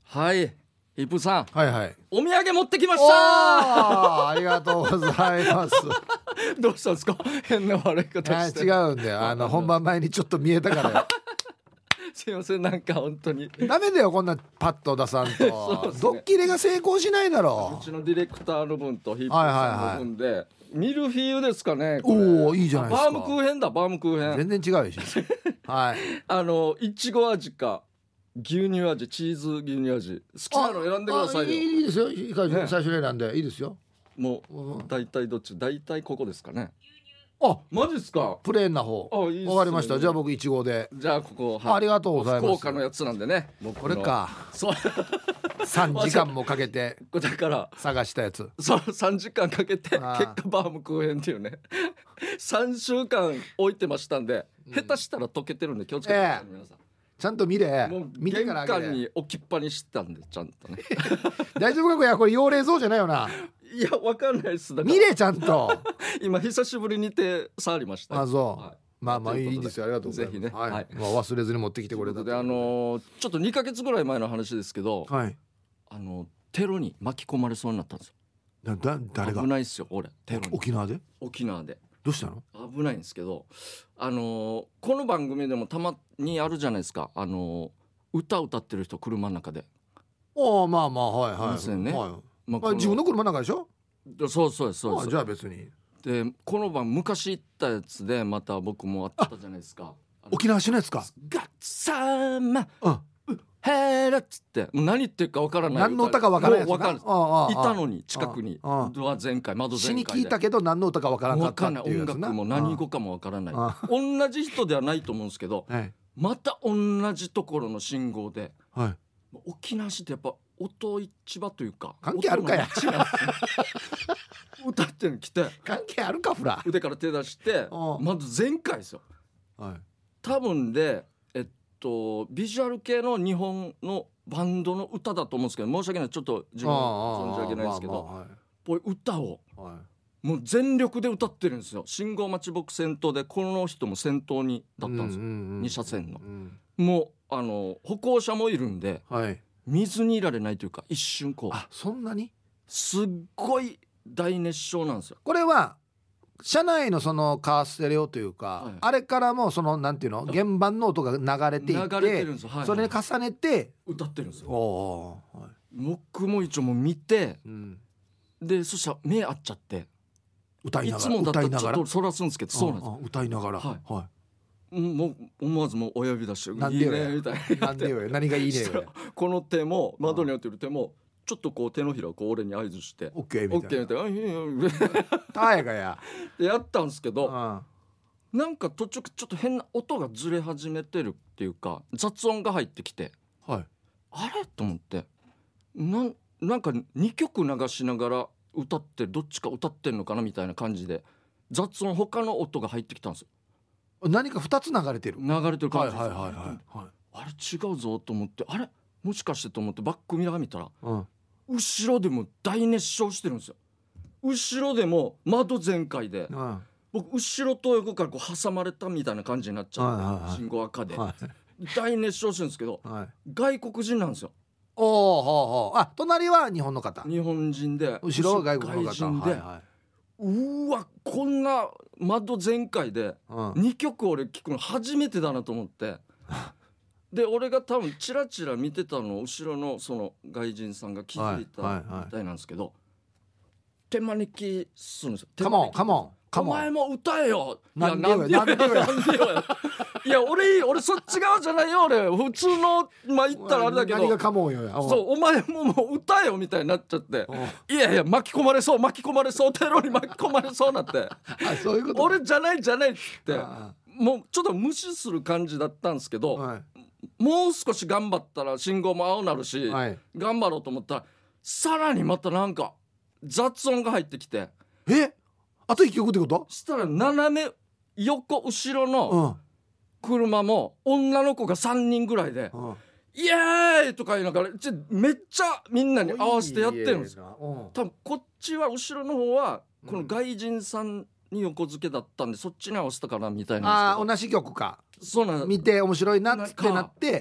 はい、ヒップさん、 はいはい。 お土産持ってきましおたーありがとうございます。 どうしたんですか、変な悪い方して。 違うんだよ。本番前にちょっと見えたからよ。 すいません、なんか本当にダメだよこんなパッと出さんそうと、 ですねドッキリが成功しないだうろちのディレクターの分とヒップさんの分で、ミルフィーユですかねこれ。 おおいいじゃないですか。 バームクーヘンだ、バームクーヘン。 全然違うでしょ。はいいちご味か牛乳味、チーズ牛乳味、好きなの選んでくださいよ。 いいですよ。 ね最初に選んでいいですよ。 もう大体どっち、大体ここですかね。 あマジっすか。 プレーンな方。 あ、いいっすね。 わかりました。じゃあ僕1号で。 じゃあここ、 ありがとうございます。 福岡のやつなんでね。僕のこれか。 そう 3時間もかけてだから探したやつ。 そう3時間かけて結あー果バームクーヘンっていうね3週間置いてましたんで、下手したら溶けてるんで気をつけてください、皆さん。 ちゃんと見れ。 もう見て玄からあげれ。 関に置きっぱにしてたんで、ちゃんとね大丈夫かこれ。これ用冷蔵じゃないよな。 いや、わかんないっす。だから見れちゃんと。 今久しぶりに手触りました。 あそう、 はい、 まあまあということでいいですよ。ありがとうございます。 ぜひね、 はい、 はいまあ、忘れずに持ってきてくれたでちょっと2ヶ月ぐらい前の話ですけど、 はい。 テロに巻き込まれそうになったんですよ。 誰が危ないっすよ俺、テロに。 沖縄で沖縄でどうしたの。 危ないんですけど、この番組でもたまにあるじゃないですか、歌歌ってる人車の中で。 ああまあまあはいはい、 いますよね。 はいま自分の車の中でしょ。 そうそうですそうです。 じゃあ別にでこの番昔行ったやつでまた僕もあったじゃないですか。 沖縄市のやつか。 ガッサマうんヘラっつって、もう何言ってるかわからない。 何の歌かわからないやつな。 もうわかんない。 ああいたのに近くにああドア全開、窓死に全開で聞いたけど何の歌かわからなかわったかんない。音っていうやつな。 楽も何語かもわからない。 あ同じ人ではないと思うんですけど、 はいまた同じところの信号で、 はい。 沖縄市ってやっぱ音一場というか関係あるかや音の街なんですね歌ってるの来て関係あるかフラ。 腕から手出してまず全開ですよ。 はい。 多分でビジュアル系の日本のバンドの歌だと思うんですけど、申し訳ない、ちょっと自分存じ上げないですけど、 まあこういう歌をまあはいもう全力で歌ってるんですよ。信号待ち僕先頭で、この人も先頭にだったんですよ、2車線の。もう歩行者もいるんではい。 見ずにいられないというか、一瞬こうあそんなに。 すっごい大熱唱なんですよ。 これは車内のそのカーステレオというか、 はいあれからもそのなんていうの原版の音が流れていって流れてるんですよ、はいはい、 それに重ねて歌ってるんですよ。 おー、はい。 僕も一応もう見て、 うん、 でそしたら目合っちゃって、い歌いながらつもだったら歌いながらちょっとそらすんですけど、そうなんですよ。 歌いながら、 はいはもう思わずもう親指出してなんでよいいねみたいい、なんでよ何がいいねよしたらこの手も窓に当てる手もちょっとこう手のひらをこう俺に合図してオッケーオッみたいなケーみたいな、あいいよいいよたやかやでやったんですけど、 あなんか途中ちょっと変な音がずれ始めてるっていうか、雑音が入ってきて、 はいあれと思って、なんか2曲流しながら歌ってどっちか歌ってんのかなみたいな感じで雑音他の音が入ってきたんですよ。 何か2つ流れてる。 流れてる感じですよ。 はい、 あれ違うぞと思って、あれもしかしてと思ってバックミラー見たら、 うん、 後ろでも大熱唱してるんですよ。後ろでも窓全開で、 うん僕後ろと横からこう挟まれたみたいな感じになっちゃって、 はいはいはい信号赤で、 は大熱唱してるんですけど、 いはい、 外国人なんですよ。 おおほうほう。あ隣は日本の方、 日本人で後ろは外国の方。 人で、 はいはわこんな窓全開でい、うん 2曲俺聞くの初めてだなと思ってで俺が多分チラチラ見てたのを後ろのその外人さんが気づいたみたいなんですけど、手招きするんですよ。 カモンカモンカおモン。 前も歌えよ。 なんでよいやなんでよなんでよいや俺そっち側じゃないよ。俺普通のまあ言ったらあれだけど、 何がカモンよや。 そうお前もう歌えよみたいになっちゃって、いやいや巻き込まれそうテロに巻き込まれそうなってあそういうこと。 俺じゃないってあもうちょっと無視する感じだったんですけど、 はいもう少し頑張ったら信号も青なるし、 はい。 頑張ろうと思ったらさらにまたなんか雑音が入ってきて、 あと1曲ってこと。 したら斜め横後ろうのん車も女の子が3人ぐらいで、 うんイエーイとか言いながらめっちゃみんなに合わせてやってるんですよ。 よ。 多分こっちは後ろの方はこの外人さんに横付けだったんで、そっちに合わせたかなみたいなんですけど、 同じ曲かそうなん見て面白いなってなって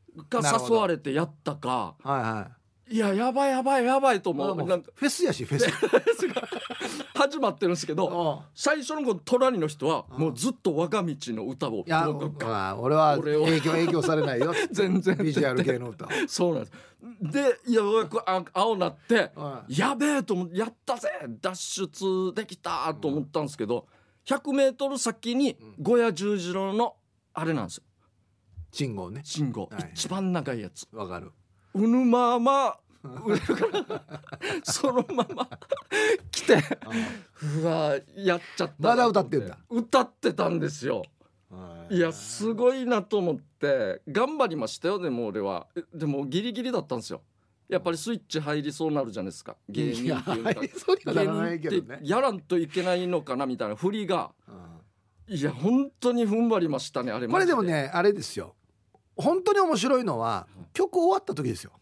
が誘われてやったか、 はいはい、 いややばいやばいやばいと思う、 もうなんかフェスやしフェス始まってるんですけど最初のこの隣の人はもうずっと我が道の歌を、 いや、俺は影響されないよ全然ビジュアル系の歌そうなんですで、いや青なって、やべえと思って、やったぜ脱出できたと思ったんですけど、100メートル先に小屋十字路のあれなんですよ、 信号ね、 信号、はいはい、一番長いやつ、 わかる、 うぬまま上からそのまま来てうわやっちゃった、 まだ歌ってんだ、 歌ってたんですよ。いやすごいなと思って頑張りましたよ。でも俺はでもギリギリだったんですよ。やっぱりスイッチ入りそうなるじゃないですか、芸人っていうか、芸人ってやらんといけないのかなみたいな振りが、いや本当に踏ん張りましたねあれ。 これでもねあれですよ、本当に面白いのは曲終わった時ですよ。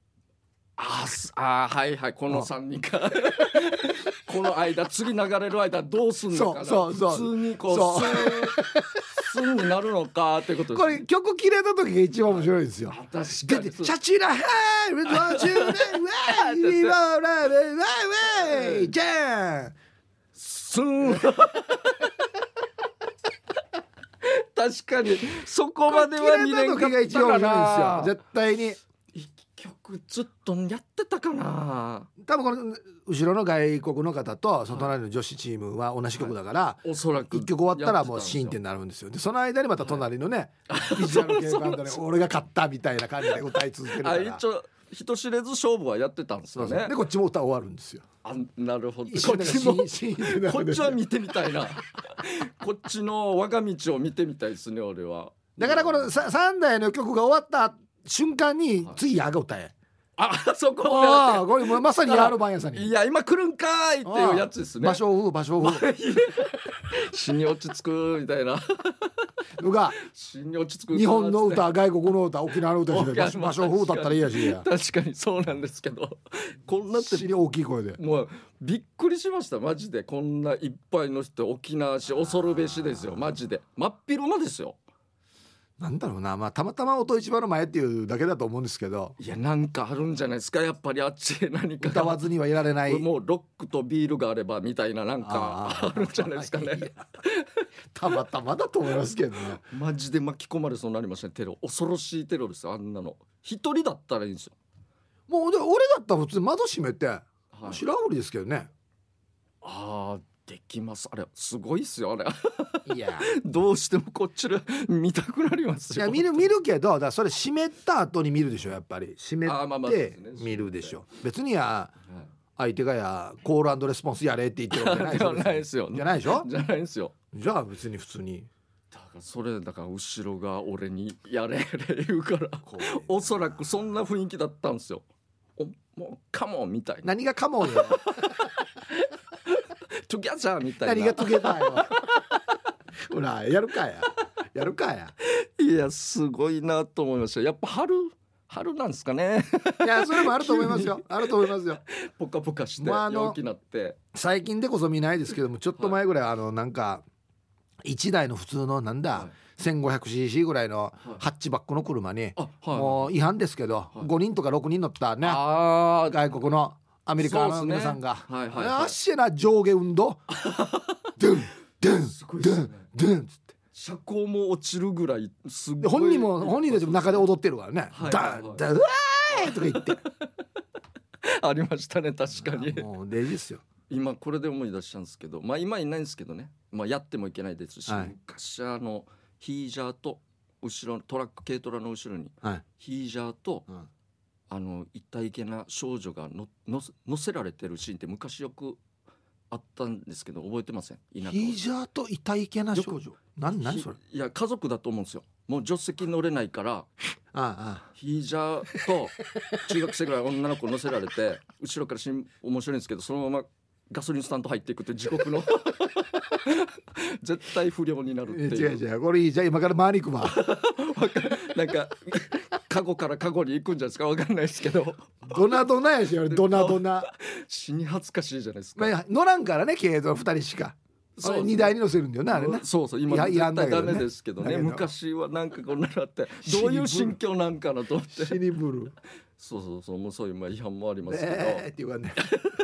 はいはい、この3人かこの間次流れる間どうすんのかな、 そう普通にこうスンになるのかってことです。 これ曲切れた時が一番面白いですよ。 確かにシャチラヘイウォンチューウェイウィーラーラーウェイジャンスン確かにそこまでは見れんかったかな。 絶対に曲ずっとやってたかな。 多分この後ろの外国の方とその隣の女子チームは同じ曲だから、はい、 おそらく 1曲終わったらもうシーンってなるんですよ。でその間にまた隣のね、ビジュアル系バンドで俺が勝ったみたいな感じで歌い続けるから一応人知れず勝負はやってたんですよね。 でこっちも歌終わるんですよ。 なるほど。 こっちもこっちは見てみたいなこっちの我が道を見てみたいですね俺は。 だからこの3台の曲が終わった瞬間に次矢が歌え、 そここれまさにヤーロバン屋さんにいや今来るんかーいっていうやつですね。 場所風死に落ち着くみたいなのが死に落ち着く日本の歌外国の歌沖縄の歌で場所風だったらいいやしや。 確かにそうなんですけどこんなって尻大きい声でもうびっくりしましたマジで。こんないっぱいの人沖縄市恐るべしですよマジで。真っ昼間ですよ。 なんだろうな、まあたまたま音市場の前っていうだけだと思うんですけど、 いやなんかあるんじゃないですかやっぱりあっちで何か歌わずにはいられない、 もうロックとビールがあればみたいななんかあるんじゃないですかねたまたまだと思いますけどねマジで巻き込まれそうになりましたね。テロ恐ろしいテロですよ。あんなの一人だったらいいんですよ。 もうで俺だったら普通に窓閉めて、白降りですけどね。 できます。あれすごいっすよあれいやどうしてもこっちで見たくなりますよ。 いや見るけどだからそれ閉めた後に見るでしょ。やっぱり閉めて見るでしょ。別に相手がコール&レスポンスやれって言ってるわけじゃないですよ。 じゃないでしょ。 じゃないですよ。 じゃあ別に普通にだからそれだから後ろが俺にやれ言うからおそらくそんな雰囲気だったんですよ。もうカモンみたいな。 何がカモンよトゥギャザーみたいな。 何がトゥギャザーよほらやるかやいやすごいなと思いました。やっぱ春なんですかねいやそれもあると思いますよあると思いますよ。 ポカポカして陽気になって最近でこそ見ないですけどもちょっと前ぐらいなんか1台の普通のなんだ、1500cc ぐらいのハッチバックの車に、もう違反ですけど、5人とか6人乗ったね外国のアメリカの皆さんが、あっしな上下運動ドゥンドゥンドゥンドゥンつって車高も落ちるぐらいすごい。 本人たちも中で踊ってるからね、ダンダンうわーとか言ってありましたね確かに。 もう大事ですよ。 今これで思い出したんですけど、今いないんですけどね、やってもいけないですし、昔ヒージャーと後ろトラック軽トラの後ろに、ヒージャーと、一体いけな少女が乗せられてるシーンって昔よくあったんですけど覚えてません？ヒージャーといたいけな少女何それ。 いや家族だと思うんですよ。もう助手席乗れないからヒージャーと中学生ぐらい女の子乗せられて後ろから面白いんですけどそのままガソリンスタンド入っていくって地獄の絶対不良になるっていう。 違うこれいいじゃん今から回り行くわなんかカゴからカゴに行くんじゃないですか分かんないですけどドナやしドナ死に恥ずかしいじゃないですか、 乗らんからね軽トラ2人しかそれ荷台に乗せるんだよねあれね。 そうそう今絶対ダメですけどね。昔はなんかこんなのあってどういう心境なんかなと思って死にぶる。 そうもうそういう違反もありますけど、 って言わね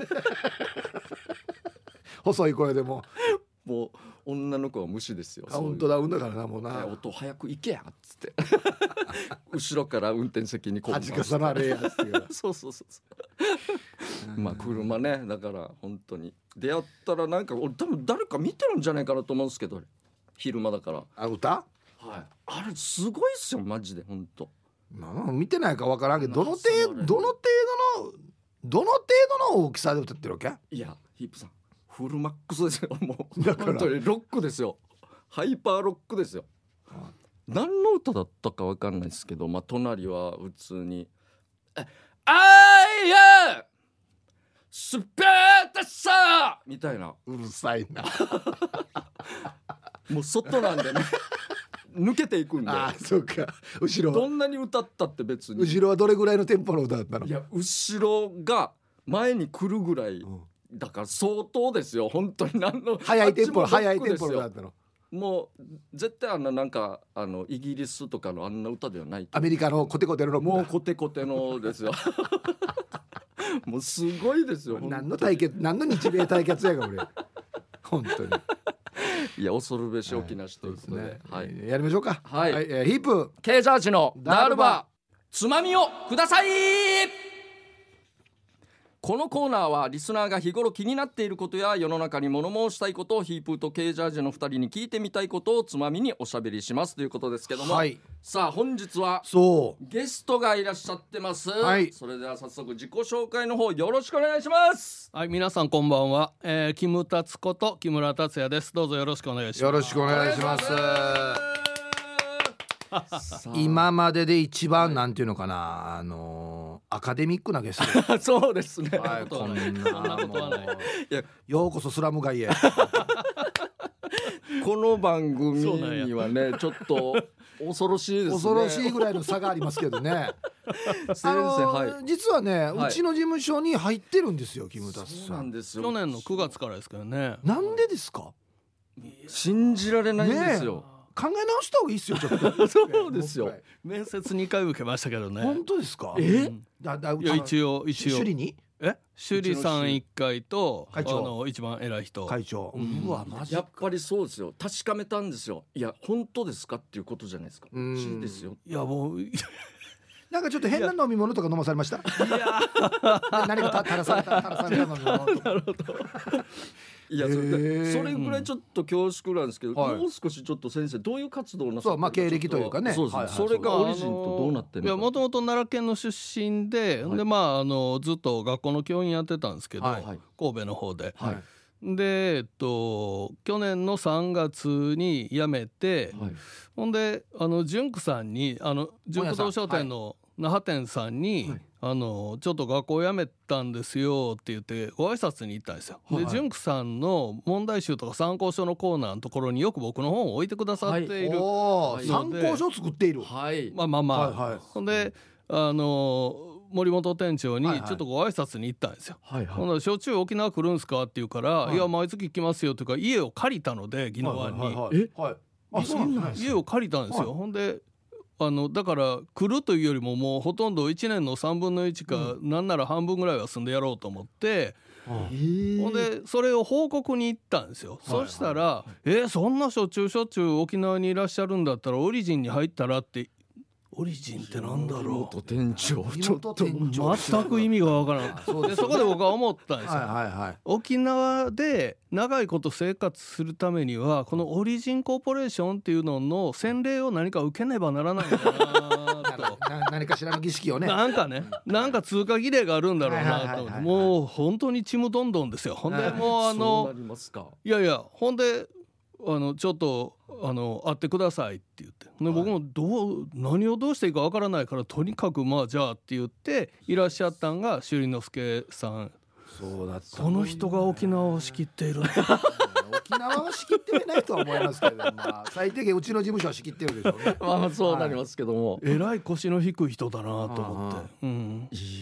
細い声でもう女の子は無視ですよ。 本当だ運だからなもうな。 音早く行けやっつって後ろから運転席にこう恥かさなれやっつってそうまあ車ねだから本当に出会ったらなんか俺多分誰か見てるんじゃないかなと思うんですけど昼間だから歌はいあれすごいっすよマジで本当。 見てないか分からんけどどの程度の大きさで歌ってるわけ。 いやヒープさんフルマックスですよもうだから本当にロックですよ。ハイパーロックですよ。何の歌だったか分かんないですけど、まあ隣は普通にあいやスペータサーみたいな。 うるさいなもう外なんでね抜けていくんで。 あそうか後ろどんなに歌ったって別に後ろはどれぐらいのテンポの歌だったの。 いや後ろが前に来るぐらい、だから相当ですよ本当に。何の速いテンポの歌だったの。 もう絶対なんかイギリスとかのあんな歌ではない。 アメリカのコテコテのもうコテコテのですよもうすごいですよ。 何の日米対決やが俺本当にいや恐るべし沖縄市ということで、 やりましょうか。 はい、 ヒープ Kジャージのダールバーつまみをください。このコーナーはリスナーが日頃気になっていることや世の中に物申したいことをヒープーとKジャージの2人に聞いてみたいことをつまみにおしゃべりしますということですけども、さあ本日はゲストがいらっしゃってます、それでは早速自己紹介の方よろしくお願いします。 はい、皆さんこんばんは、キムタツこと木村達也です。どうぞよろしくお願いします。 よろしくお願いします。今までで一番なんていうのかなアカデミックなゲストそうですね、 こんなもうようこそスラム街へこの番組にはねちょっと恐ろしいですね。 恐ろしいぐらいの差がありますけどね実はね、うちの事務所に入ってるんですよキムタスさん。 そうなんですよ。 去年の9月からですけどね。 なんでですか。 信じられないんですよ、 考え直した方がいいですよちょっとそうですよ。 面接2回受けましたけどね。 本当ですか。 いや一応首里に首里さん1回と一番偉い人会長、うわマジやっぱりそうですよ。確かめたんですよ。いや本当ですかっていうことじゃないですか。ですよ。 いやもうなんかちょっと変な飲み物とか飲まされました。いや何か垂らされた飲み物とか。 なるほどいやそれぐらいちょっと恐縮なんですけど、もう少しちょっと先生どういう活動をなさってるか。 経歴というかね。 それがオリジンとどうなってるのか。 いやもともと奈良県の出身で、でまあずっと学校の教員やってたんですけど、神戸の方で。で去年の3月に辞めて、ほんで純子さんに純子堂商店の那覇店さんに、ちょっと学校辞めたんですよって言ってご挨拶に行ったんですよ。で純子さんの問題集とか参考書のコーナーのところによく僕の本を置いてくださっている、 参考書を作っている。 ほんで森本店長にちょっとご挨拶に行ったんですよ。ほんでしょっちゅう沖縄来るんすかって言うから、いや毎月来ますよというか家を借りたので宜野湾に家を借りたんですよ。ほんでだから来るというよりももうほとんど1年の3分の1か、なんなら半分ぐらいは住んでやろうと思って、ほんでそれを報告に行ったんですよ。そしたらそんなしょっちゅう沖縄にいらっしゃるんだったらオリジンに入ったらって。オリジンってなんだろう。 店長ちょっと全く意味がわからない。そこで僕は思ったんですよ。沖縄で長いこと生活するためにはこのオリジンコーポレーションっていうのの洗礼を何か受けねばならないんだなと何かしらの儀式をね、 なんか通過儀礼があるんだろうなと思って、もう本当にちむどんどんですよ。ほんでもういやほんでちょっと会ってくださいって言って、で僕も何をどうしていいかわからないからとにかくまあじゃあって言っていらっしゃったんが朱里之助さん。 そうだった。 この人が沖縄を仕切っている沖縄は仕切ってないとは思いますけど、最低限うちの事務所は仕切ってるでしょうね。 そうなりますけども、 えらい腰の低い人だなと思って、 い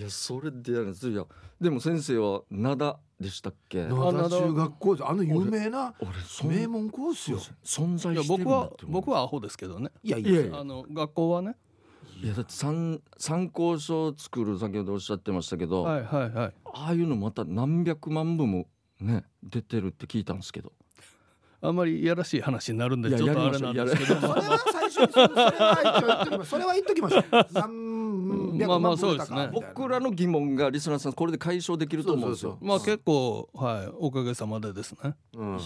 やそれでやるんですよ。でも先生は灘でしたっけ？ 灘中学校で有名な名門校ですよ。 存在してるんだって。 僕はアホですけどね。 いや学校はね。 いやだって参考書を作る先ほどおっしゃってましたけど、 はいはいはい、 ああいうのまた何百万部もね出てるって聞いたんですけど、 あんまりいやらしい話になるんでちょっとあれなんですけど、 それは最初にそれは言っときましょう。 まあまあそうですね。 僕らの疑問がリスナーさんこれで解消できると思うんですよ。 まあ結構はいおかげさまでですね。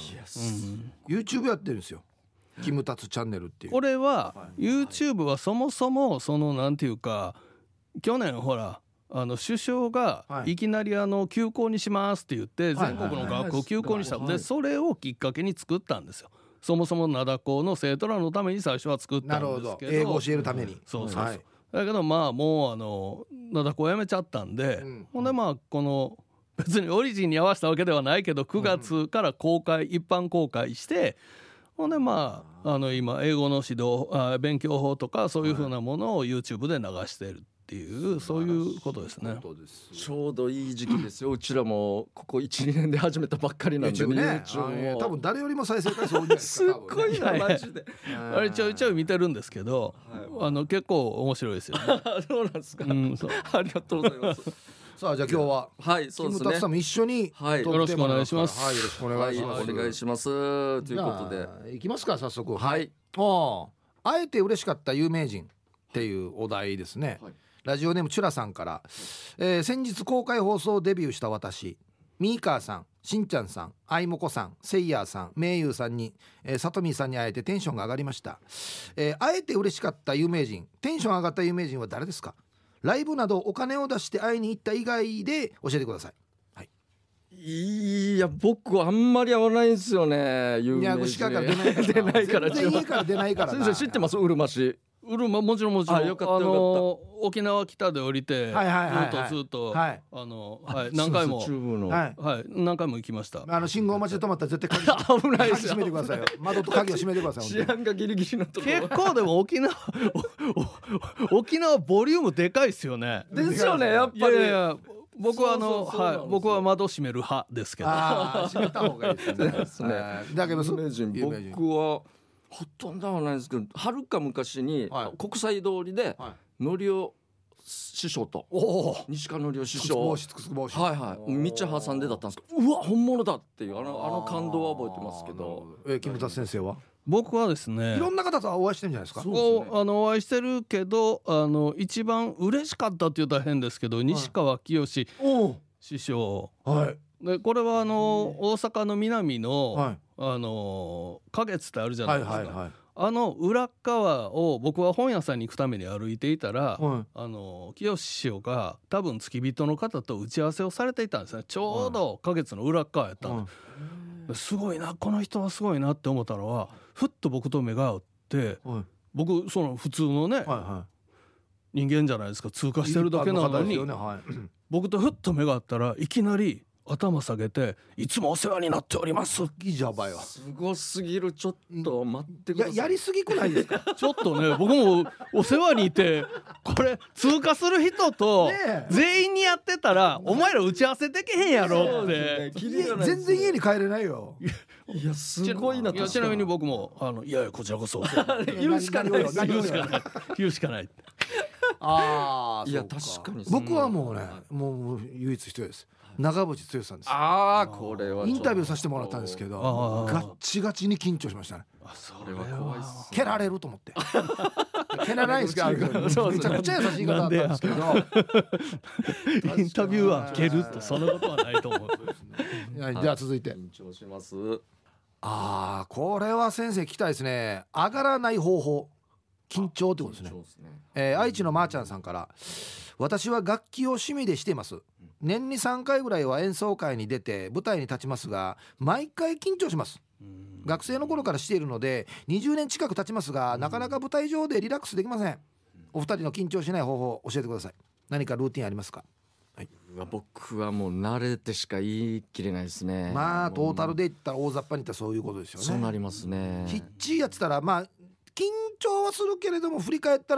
YouTube やってるんですよ。キムタツチャンネルっていう。 これは YouTube はそもそもそのなんていうか、去年ほら首相がいきなり休校にしますって言って全国の学校休校にした。でそれをきっかけに作ったんですよ。そもそも灘高の生徒らのために最初は作ったんですけど、 英語を教えるために。 そう、だけどまあもう灘高やめちゃったんで、ほんでまあこの別にオリジンに合わせたわけではないけど9月から一般公開して、ほんでまあ今英語の指導勉強法とかそういうふうなものを YouTube で流しているっていうそういうことですね。 ちょうどいい時期ですよ。うちらもここ 1,2 年で始めたばっかりなんでね。 多分誰よりも再生回数多いんじゃないですか。 すっごいなマジで。 あれちょいちょい見てるんですけど、結構面白いですよね。 そうなんですか。ありがとうございます。 さあじゃあ今日ははいそうですね。 キムタツさんも一緒によろしくお願いします。 はいよろしくお願いします。 お願いしますということでいきますか早速。 はい。 あえて嬉しかった有名人っていうお題ですね。ラジオネームチュラさんから、先日公開放送デビューした私、ミーカーさん、しんちゃんさん、あいもこさん、せいやーさん、めいゆうさんに、さとみーさんに会えてテンションが上がりました。あえて嬉しかった有名人、テンション上がった有名人は誰ですか？ライブなどお金を出して会いに行った以外で教えてください。はい。 いや僕はあんまり会わないんですよね。有名人。 いや牛川から出ないから全然家から出ないから先生知ってます？うるま市。 もちろんよかったよかった。沖縄北で降りてずっと何回も何回も行きました。 信号待ちで止まったら絶対危ないですよ。 閉めてくださいよ。窓と鍵を閉めてください。 治安がギリギリのところ。 結構でも沖縄ボリュームでかいですよね。 ですよねやっぱり。 僕は窓閉める派ですけど。 閉めた方がいいですね。だけど僕はほとんどはないですけど、はるか昔に国際通りでのりお師匠と西川のりお師匠道挟んでだったんですけど、うわ本物だっていうあの感動は覚えてますけど。 キムタツ先生は？ 僕はですねいろんな方とお会いしてるんじゃないですか。 お会いしてるけど一番嬉しかったって言うと変ですけど、西川きよし師匠で、これは大阪の南の花月ってあるじゃないですか。裏側を僕は本屋さんに行くために歩いていたら、清志師匠が多分付き人の方と打ち合わせをされていたんですね。ちょうど花月の裏側やったんで、すごいなこの人はすごいなって思ったのは、ふっと僕と目が合って、僕その普通のね、人間じゃないですか。通過してるだけなのに僕とふっと目が合ったらいきなり頭下げていつもお世話になっておりますいいじゃばよ。 すごすぎる。ちょっと待ってください。 やりすぎくないですか？ ちょっとね僕もお世話にいてこれ通過する人と全員にやってたらお前ら打ち合わせできへんやろって、 全然家に帰れないよ。 いやすごいな。 ちなみに僕もいやこちらこそ言うしかない言うしかない。 いや確かに僕はもうねもう唯一一人です。長渕剛さんです。 これはインタビューさせてもらったんですけどガッチガチに緊張しましたね。 それは怖いっす。 蹴られると思って蹴らないですけどめちゃくちゃ優しい方だったんですけどインタビューは蹴るとそんなことはないと思う。 じゃあ続いて緊張します。 これは先生聞きたいですね。上がらない方法緊張ってことですね。愛知のまーちゃんさんから、私は楽器を趣味でしています。年に3回ぐらいは演奏会に出て舞台に立ちますが毎回緊張します。学生の頃からしているので20年近く経ちますがなかなか舞台上でリラックスできません。お二人の緊張しない方法を教えてください。何かルーティンありますか？ 僕はもう慣れてしか言い切れないですね。 トータルで言ったら大雑把に言ったらそういうことですよね。 そうなりますね。 ヒッチーやってたら緊張はするけれども振り返ったら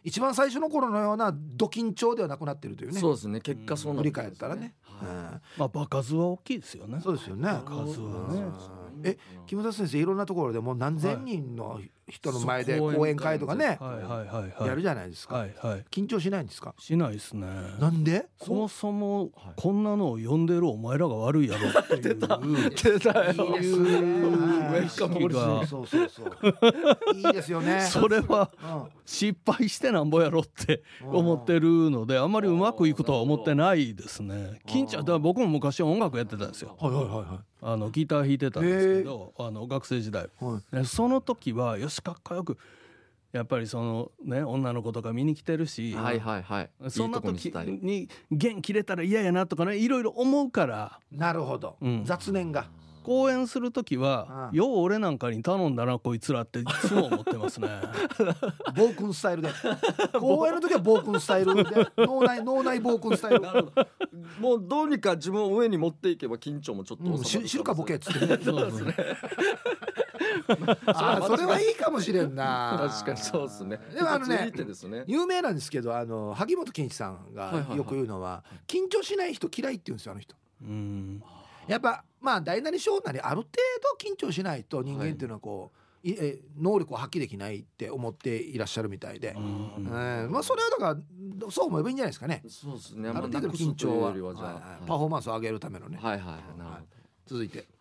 一番最初の頃のようなド緊張ではなくなってるというね。 そうですね、結果そうなって振り返ったらね、 まあ場数は大きいですよね。 そうですよね。 場数はね。 木村先生いろんなところでもう何千人の人の前で講演会とかねやるじゃないですか。緊張しないんですか？ しないですね。 なんで？ そもそもこんなのを呼んでるお前らが悪いやろっていう出たよ。 そういいですよね。 それは失敗してなんぼやろって思ってるので、あんまりうまくいくとは思ってないですね。緊張だから僕も昔音楽やってたんですよ。ギター弾いてたんですけど、学生時代、その時はよしかっこよくやっぱりそのね女の子とか見に来てるし、そんな時に弦切れたら嫌やなとかね、いろいろ思うから。 なるほど、雑念が。 講演する時はよう俺なんかに頼んだなこいつらっていつも思ってますね。 暴君スタイルで講演の時は暴君スタイルで脳内暴君スタイル。 もうどうにか自分を上に持っていけば緊張もちょっと知るかボケっつってね。それはいいかもしれんな。 確かにそうですね。 でもね有名なんですけど、萩本欽一さんがよく言うのは、緊張しない人嫌いって言うんですよ、あの人。やっぱまあ大なり小なりある程度緊張しないと人間っていうのはこう、能力を発揮できないって思っていらっしゃるみたいで、まあそれはだからそう思えばいいんじゃないですかね。 そうですね。 ある程度の緊張はパフォーマンスを上げるためのね。続いて、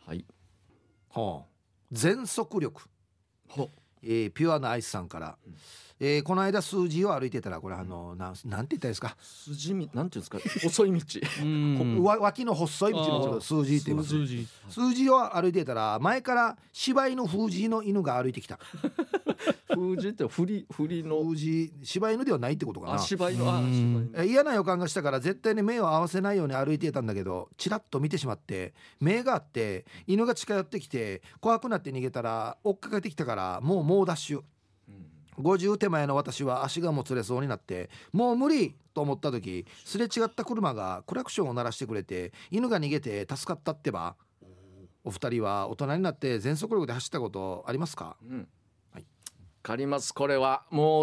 全速力、ピュアなアイスさんから、この間数字を歩いてたら、これなんて言ったらいいですか、 なんていうんですか、細い道脇の細い道のこと数字って言います。数字を歩いてたら前から柴犬封じの犬が歩いてきた。 封じって振りの封じ、柴犬ではないってことかな。 柴犬嫌な予感がしたから絶対に目を合わせないように歩いていたんだけど、チラッと見てしまって目があって犬が近寄ってきて怖くなって逃げたら追っかけてきたから、もうダッシュ。50手前の私は足がもつれそうになってもう無理と思った時、すれ違った車がクラクションを鳴らしてくれて犬が逃げて助かったってば。お二人は大人になって全速力で走ったことありますか？ あります。これはもう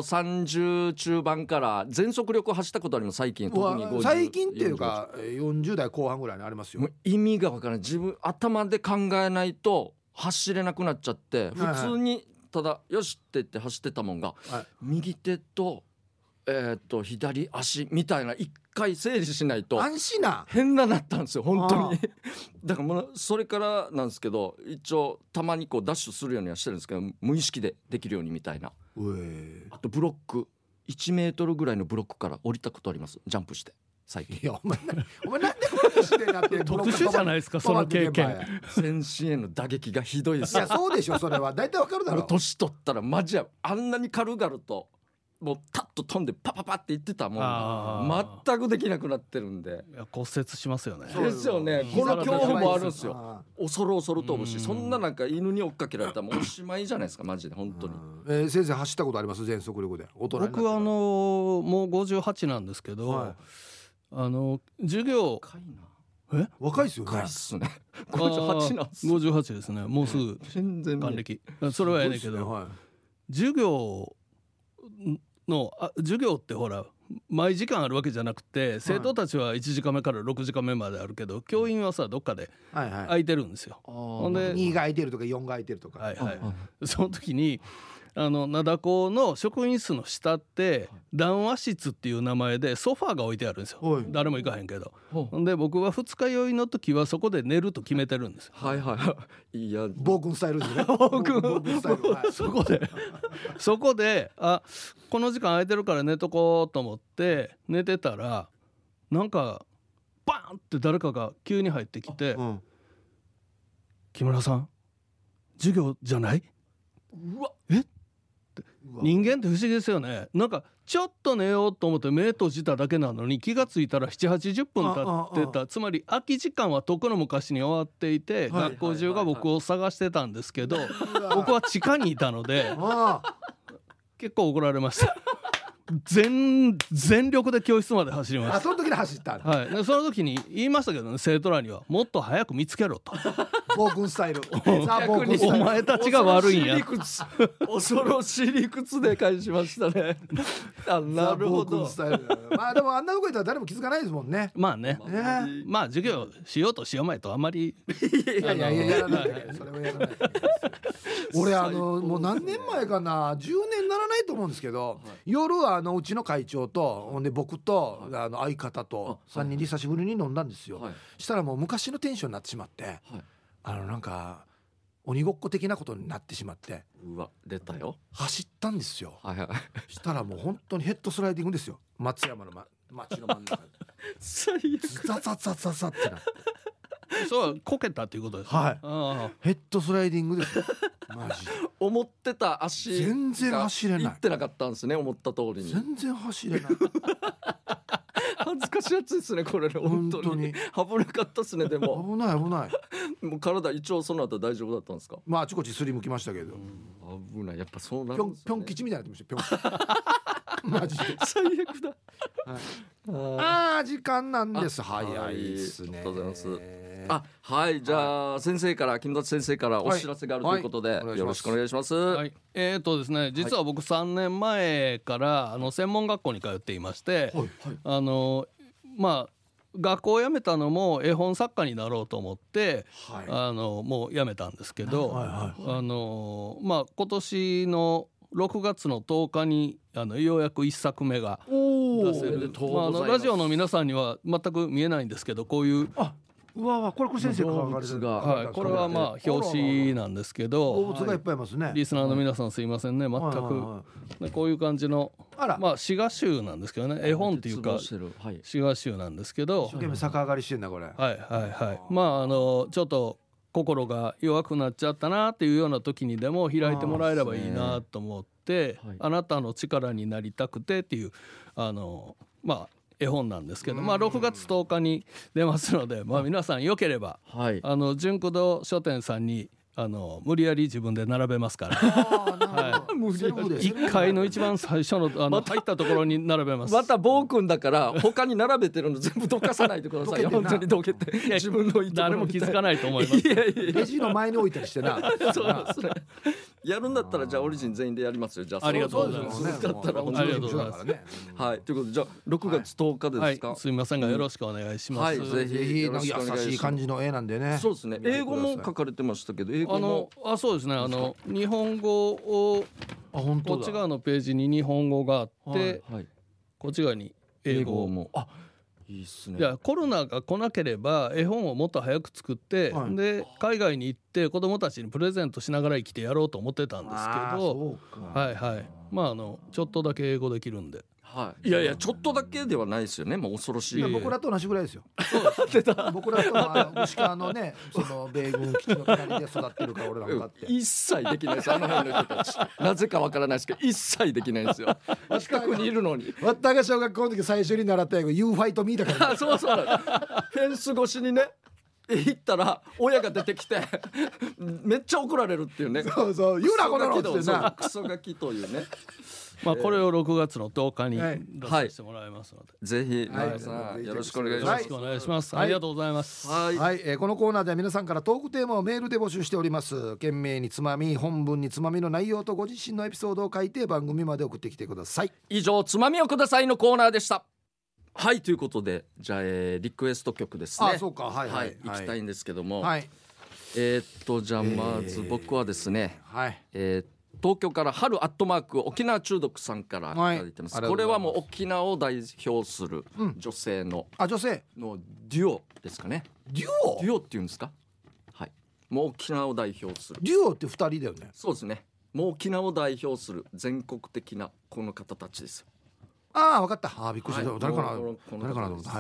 30中盤から全速力走ったことあります。最近、特に50、 最近っていうか40代後半ぐらいにありますよ。 もう意味がわからない。自分頭で考えないと走れなくなっちゃって、普通にただよしって言って走ってたもんが、右手と左足みたいな一回整理しないと変なったんですよ本当に。だからもうそれからなんですけど、一応たまにこうダッシュするようにはしてるんですけど、無意識でできるようにみたいな。あとブロック1メートルぐらいのブロックから降りたことあります、ジャンプして最近。 いやお前なんでこれしてなって特殊じゃないですかその経験。 全身への打撃がひどいです。 いやそうでしょ、それは大体わかるだろう。 年取ったらマジや、あんなに軽々ともうタッと飛んでパパパって言ってたもん全くできなくなってるんで。 いや骨折しますよね。 ですよね。この恐怖もあるんですよ。恐る飛ぶし、そんななんか犬に追っかけられたらもうおしまいじゃないですかマジで本当に。 先生走ったことあります？全速力で。 僕はもう58なんですけど、授業若いですよね。 若いっすね。58なんす。 58ですね。もうすぐ還暦。それはええねんけど、授業ってほら毎時間あるわけじゃなくて、生徒たちは1時間目から6時間目まであるけど、教員はさどっかで空いてるんですよ。 ほんで2が空いてるとか4が空いてるとか。 その時に灘高の職員室の下って談話室っていう名前でソファーが置いてあるんですよ。誰も行かへんけど。で僕は二日酔いの時はそこで寝ると決めてるんですよ。 いや暴君スタイルですね。 そこでこの時間空いてるから寝とこうと思って寝てたら、なんかバーンって誰かが急に入ってきて、木村さん授業じゃない？ うわ人間って不思議ですよね。なんかちょっと寝ようと思って目閉じただけなのに気がついたら7、80分経ってた。つまり空き時間はとっくの昔に終わっていて、学校中が僕を探してたんですけど、僕は地下にいたので結構怒られました。 全力で教室まで走りました。 その時に走ったんだ。 はい、でその時に言いましたけどね、生徒らにはもっと早く見つけろと。 暴君スタイルお前たちが悪いんや。 恐ろしい理屈で返しましたね。なるほど。 まあでもあんなとこ行ったら誰も気づかないですもんね。 まあね、まあ授業しようとしようまいとあんまりいややらない。それはやらない。俺もう何年前かな、10年ならないと思うんですけど、夜うちの会長とほんで僕と相方と3人で久しぶりに飲んだんですよ。したらもう昔のテンションになってしまって、なんか鬼ごっこ的なことになってしまって、 うわ出たよ、 走ったんですよ。したらもう本当にヘッドスライディングですよ、松山の街の真ん中で最悪ザザザザザってなって、 そうこけたっていうことですね。 ヘッドスライディングですよマジで。 思ってた足全然走れない、 行ってなかったんですね、思った通りに。 全然走れない恥ずかしいやつですねこれね、本当に危なかったですね。でも危ないもう体一応その後大丈夫だったんですか？ まああちこちすりむきましたけど、 危ない、やっぱそうなるんですね。 ぴょん吉みたいになってましたよマジで最悪だ。 時間なんです。早いですね。 ありがとうございます。はい、じゃあ先生から、金達先生からお知らせがあるということで、よろしくお願いします。 ですね、実は僕3年前から専門学校に通っていまして、まあ学校を辞めたのも絵本作家になろうと思って、もう辞めたんですけど、今年の6月の10日にようやく1作目が出せる。ラジオの皆さんには全く見えないんですけど、こういううわこれ先生が書かれてる、 これはまあ表紙なんですけど、 動物がいっぱいいますね。 リスナーの皆さんすいませんね、全くこういう感じの詩画集なんですけどね、絵本っていうか詩画集なんですけど、 一生懸命逆上がりしてんだこれ。 まあちょっと心が弱くなっちゃったなっていうような時にでも開いてもらえればいいなと思って、あなたの力になりたくてっていう絵本なんですけど、6月10日に出ますので、皆さんよければ純駆動書店さんに無理やり自分で並べますから1階の一番最初の入ったところに並べます。 また暴君だから他に並べてるの全部どかさないでくださいよ本当にどけて自分のいいところ誰も気づかないと思います。 レジの前に置いたりしてなそうですね。やるんだったらじゃあオリジン全員でやりますよ。じゃあありがとうございます。 だったらありがとうございます。 はい、ということでじゃあ6月10日ですか。 すみませんがよろしくお願いします。 ぜひ優しい感じの絵なんでね。 そうですね。英語も書かれてましたけど、英語もそうですね。日本語をこっち側のページに日本語があって、こっち側に英語も。 いいっすね。 いやコロナが来なければ絵本をもっと早く作って、で海外に行って子どもたちにプレゼントしながら生きてやろうと思ってたんですけど、ちょっとだけ英語できるんで。 いやいやちょっとだけではないですよね。もう恐ろしい。 僕らと同じぐらいですよ。僕らと牛川のね、その米軍基地の隣で育ってるから俺らもだって一切できないです。あの辺の人たちなぜかわからないですけど一切できないんですよ。近くにいるのに。 私が小学校の時最初に習った英語 You fight me だから、 そうフェンス越しにね行ったら親が出てきてめっちゃ怒られるっていうね。 そう言うなこの野郎ってな、 クソガキというね。 これを6月の10日に出させてもらいますので、 ぜひ皆さんよろしくお願いします。 よろしくお願いします。ありがとうございます。 このコーナーでは皆さんからトークテーマをメールで募集しております。懸命につまみ、本文につまみの内容とご自身のエピソードを書いて番組まで送ってきてください。 以上つまみをくださいのコーナーでした。はい、ということでじゃあ、リクエスト曲ですね。 そうか、 行きたいんですけども、 じゃあまず僕はですね、東京から春アットマーク沖縄中毒さんからいただいてます。これはもう沖縄を代表する女性の、 女性のデュオですかね。 デュオっていうんですか。もう沖縄を代表するデュオって2人だよね。 そうですね。もう沖縄を代表する全国的なこの方たちですよ。 分かった。びっくりした。誰かなと思った。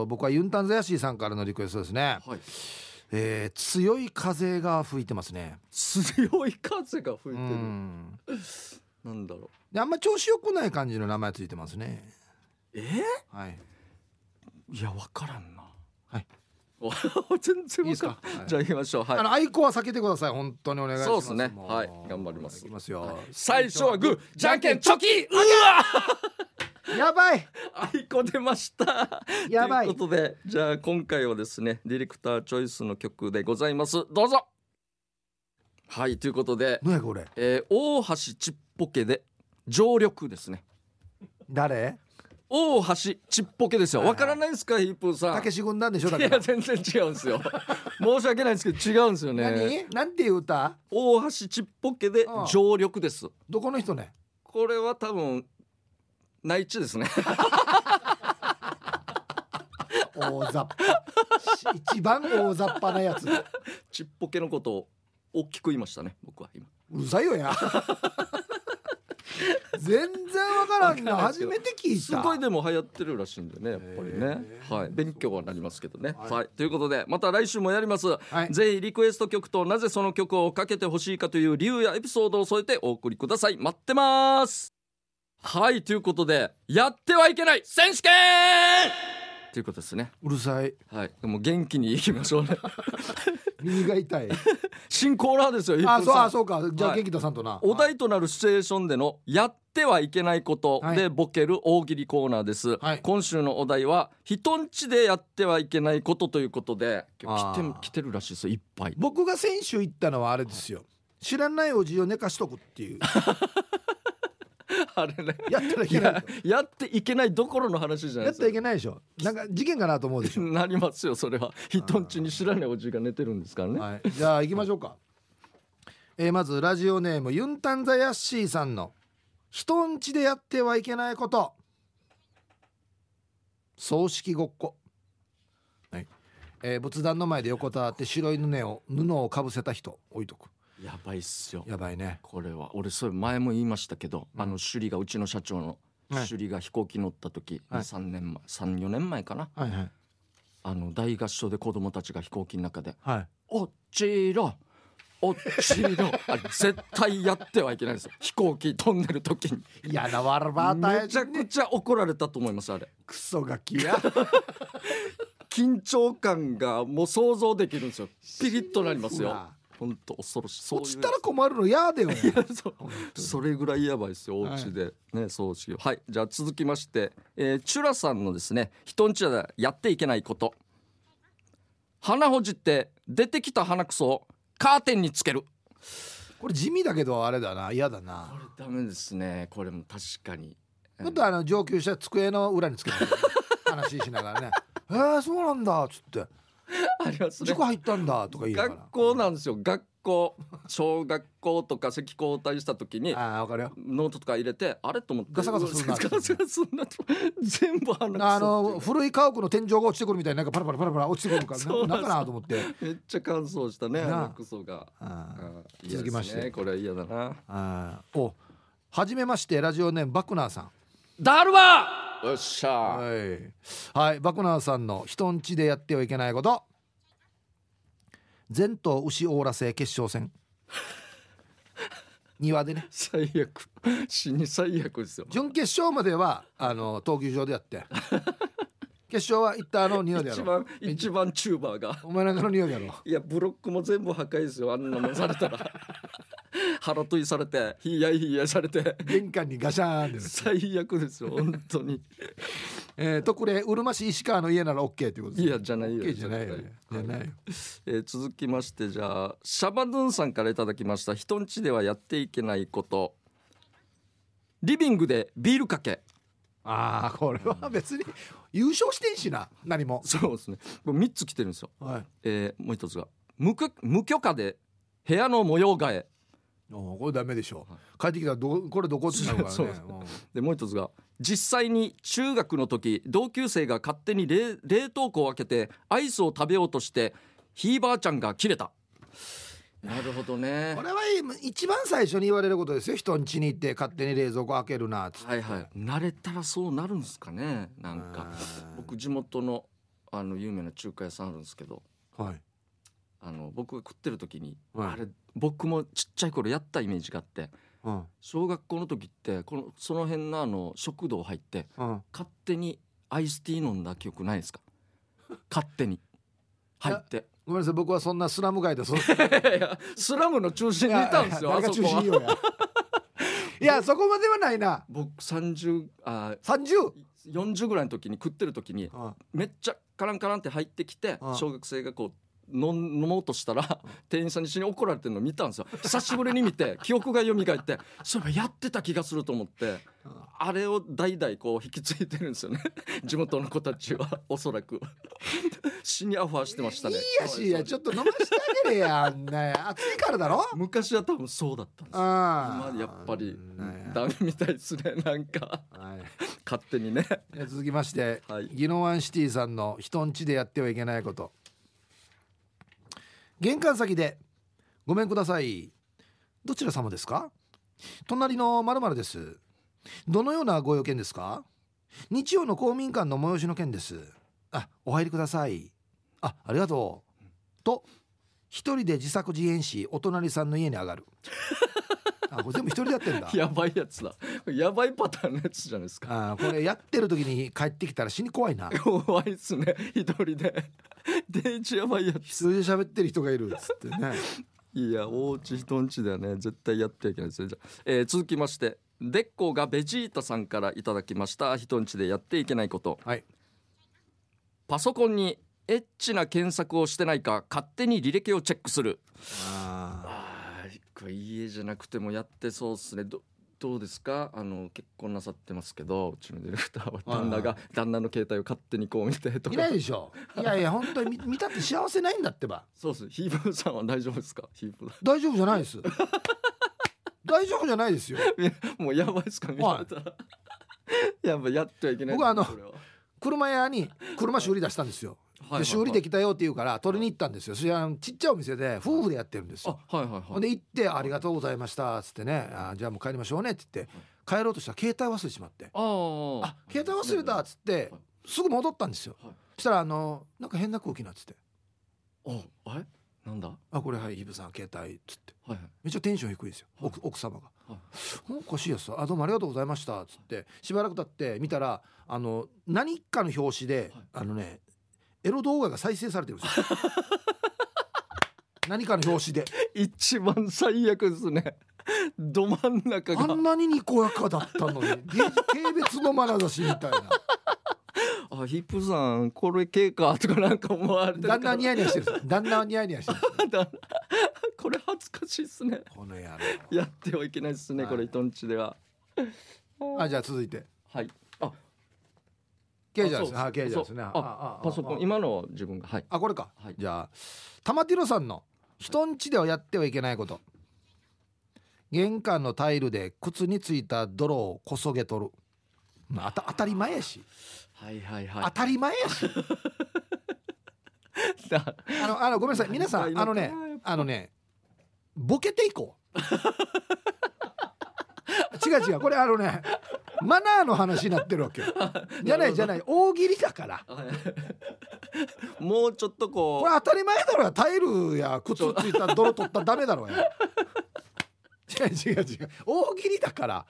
僕はユンタンザヤシーさんからのリクエストですね。強い風が吹いてますね。 強い風が吹いてる。なんだろう。あんま調子よくない感じの名前ついてますね。 いや分からんな。 全然いいですか、はい、 じゃあ行きましょう。はい、 愛子は避けてください。本当にお願いします。 そうですね。はい、頑張ります。 いきますよ、はい、 最初はグーじゃんけんチョキ。うわやばい、 愛子出ましたやばい。 ということで、じゃあ今回はですねディレクターチョイスの曲でございます。どうぞ。はい、ということで、 何これ、 大橋ちっぽけで常緑ですね。 誰？ 大橋ちっぽけですよ。わからないですか、ヒープーさん。 たけし軍団でしょ。だからいや全然違うんですよ申し訳ないですけど違うんですよね。 なんていう歌？ 大橋ちっぽけで常緑です。 どこの人ね？ これは多分内地ですね大雑把一番大雑把なやつちっぽけのことを大きく言いましたね、僕は今。 うるさいよや全然わからんな、初めて聞いた。 すごいでも流行ってるらしいんでね、やっぱりね、はい、勉強はなりますけどね、はい、ということでまた来週もやります、はい、ぜひリクエスト曲となぜその曲をかけてほしいかという理由やエピソードを添えてお送りください。待ってます。はい、ということでやってはいけない選手権ということですね。 うるさい。 はい、でも元気にいきましょうね耳が痛い新コーナーですよ。 そうか、じゃあ元気出さんとな、はい、 お題となるシチュエーションでのやってはいけないことでボケる大喜利コーナーです、はい、今週のお題は人んちでやってはいけないことということで来てるらしいですよ、いっぱい。 僕が先週言ったのはあれですよ、知らないおじを寝かしとくっていうあれね、 やってはいけない、 やっていけないどころの話じゃないですか。 やってはいけないでしょ、なんか事件かなと思うでしょなりますよ、それは。人んちに知らないおじが寝てるんですからね、 はい、じゃあ行きましょうか。まずラジオネームユンタンザヤッシーさんの人んちでやってはいけないこと。葬式ごっこ、はい、仏壇の前で横たわって白い布をかぶせた人置いとく。 やばいっすよ、 やばいね。 これは俺それ前も言いましたけど、首里がうちの社長の首里が飛行機乗った時、はい、3-4年前かな、はいはい、大合唱で子供たちが飛行機の中で、はい、おっちろ絶対やってはいけないですよ、飛行機飛んでる時に。 いやなわらばためちゃくちゃ怒られたと思います。あれクソガキや緊張感がもう想像できるんですよ。ピリッとなりますよ、本当恐ろしい。 落ちたら困るの嫌だよねそれぐらいやばいですよ、お家でね、葬式を。はい、じゃあ続きまして、チュラさんのですね人んちでやっていけないこと。鼻ほじって出てきた鼻くそをカーテンにつける。 これ地味だけどあれだな、嫌だな。 これダメですね。これも確かにもっと上級者机の裏につけて話しながらねそうなんだっつってありますね、 事故入ったんだとか言いながら。 学校なんですよ、学校小学校とか席交代した時にわかるよ、 ノートとか入れてあれと思ってガサガサするな全部鼻くそ古い家屋の天井が落ちてくるみたいになんかパラパラ落ちてくるからなんかなと思ってめっちゃ乾燥したね鼻くそが。 続きまして、 これは嫌だな。 はじめまして、ラジオネームバクナーさん。 だるまよっしゃはい、バクナーさんの人んちでやってはいけないこと。前頭牛オーラ製決勝戦庭でね、 最悪、死に最悪ですよ。 準決勝までは闘牛場でやって決勝は行った庭でやろう。 一番チューバーがお前なんかの庭でやろう。 いやブロックも全部破壊ですよ、あんなもんされたら腹といされてひやされて玄関にガシャーンで最悪ですよ本当に特例うるま市石川の家なら OK ということです。 いやじゃないよ、 OK じゃないよね、じゃないよ。 続きまして、じゃあシャバドゥンさんからいただきました。人んちではやっていけないこと。リビングでビールかけ。 これは別に優勝してんしな、何も。 そうですね、これ3つ来てるんですよ、はい。もう一つが無許可で部屋の模様替え。 これダメでしょ、はい、帰ってきたらこれどこってなるからねでもう一つが実際に中学の時同級生が勝手に冷凍庫を開けてアイスを食べようとしてひいばあちゃんが切れた。なるほどね。 これは一番最初に言われることですよ。人ん家に行って勝手に冷蔵庫開けるなっつって。 はいはい、慣れたらそうなるんですかね。なんか僕地元の有名な中華屋さんあるんですけど、はい、僕が食ってる時に、はい、あれ僕もちっちゃい頃やったイメージがあって、小学校の時ってその辺の食堂入って、勝手にアイスティー飲んだ記憶ないですか？勝手に入ってごめんなさい、僕はそんなスラム街でいやスラムの中心にいたんですよ。 誰が中心よやいやそこまではないな。 僕30 40ぐらいの時に食ってる時にめっちゃカランカランって入ってきて小学生がこう飲もうとしたら店員さんに一緒に怒られてるのを見たんですよ。久しぶりに見て記憶が蘇ってそういえばやってた気がすると思ってあれを代々こう引き継いでるんですよね地元の子たちはおそらく死にアファーしてましたね。 いいやしやちょっと飲ましてあげれやんな暑いからだろ。 昔は多分そうだったんですよ。今やっぱりダメみたいですねなんか、はい、勝手にね。 続きまして、 はい、 ギノワンシティさんの人ん家でやってはいけないこと。玄関先でごめんください、どちら様ですか？隣の〇〇です。どのようなご用件ですか？日曜の公民館の催しの件です。あ、お入りください。ありがとうと一人で自作自演しお隣さんの家に上がるこれ全部一人でやってんだやばいやつだ。やばいパターンのやつじゃないですか。 これやってる時に帰ってきたら死に怖いな怖いっすね。一人でデイジやばいやつ一人で喋ってる人がいるっつってねいやおうち人んちではね絶対やってはいけないですよ。じゃ続きましてでっこがベジータさんからいただきました人んちでやっていけないこと、 はい、 パソコンにエッチな検索をしてないか勝手に履歴をチェックする。これ家じゃなくてもやってそうですね。どうですか？結婚なさってますけどうちのディレクターは旦那の携帯を勝手にこう見てとかいないでしょ。いやいや本当に 見たって幸せないんだってば。 そうです。ヒープーさんは大丈夫ですか？ヒープー大丈夫じゃないです大丈夫じゃないですよもうやばいですか見られたら、はい、やっぱやってはいけない。 僕車屋に車修理出したんですよ。で修理できたよって言うから取りに行ったんですよ。それはちっちゃいお店で夫婦でやってるんですよ。で行ってありがとうございましたっつってね、じゃあもう帰りましょうねって言って帰ろうとしたら携帯忘れてしまって、携帯忘れたっつってすぐ戻ったんですよ。そしたらなんか変な空気なっつって、 なんだこれはいイブさん携帯っつって、めっちゃテンション低いですよ、奥様が、おかしいやつどうもありがとうございましたっつってしばらく経って見たら何かの表紙で、エロ動画が再生されてるんですよ何かの表紙で一番最悪ですねど真ん中があんなににこやかだったのに軽蔑の眼差しみたいなヒップさんこれ系かとかなんか思われてる。 旦那はニヤニヤしてるんです旦那はニヤニヤしてるこれ恥ずかしいっすね。 この野郎やってはいけないっすね、これ人んちでは。 じゃあ続いてケイジャーです。ケイジャーですね。 パソコン今の自分がこれか。じゃあ玉ティロさんの人んちではやってはいけないこと。玄関のタイルで靴についた泥をこそげ取る。当たり前やし。当たり前やし。ごめんなさい皆さんボケていこう。違うこれマナーの話になってるわけよじゃない大喜利だからもうちょっとこれ当たり前だろ。タイルや靴ついた泥取ったらダメだろうや違う大喜利だから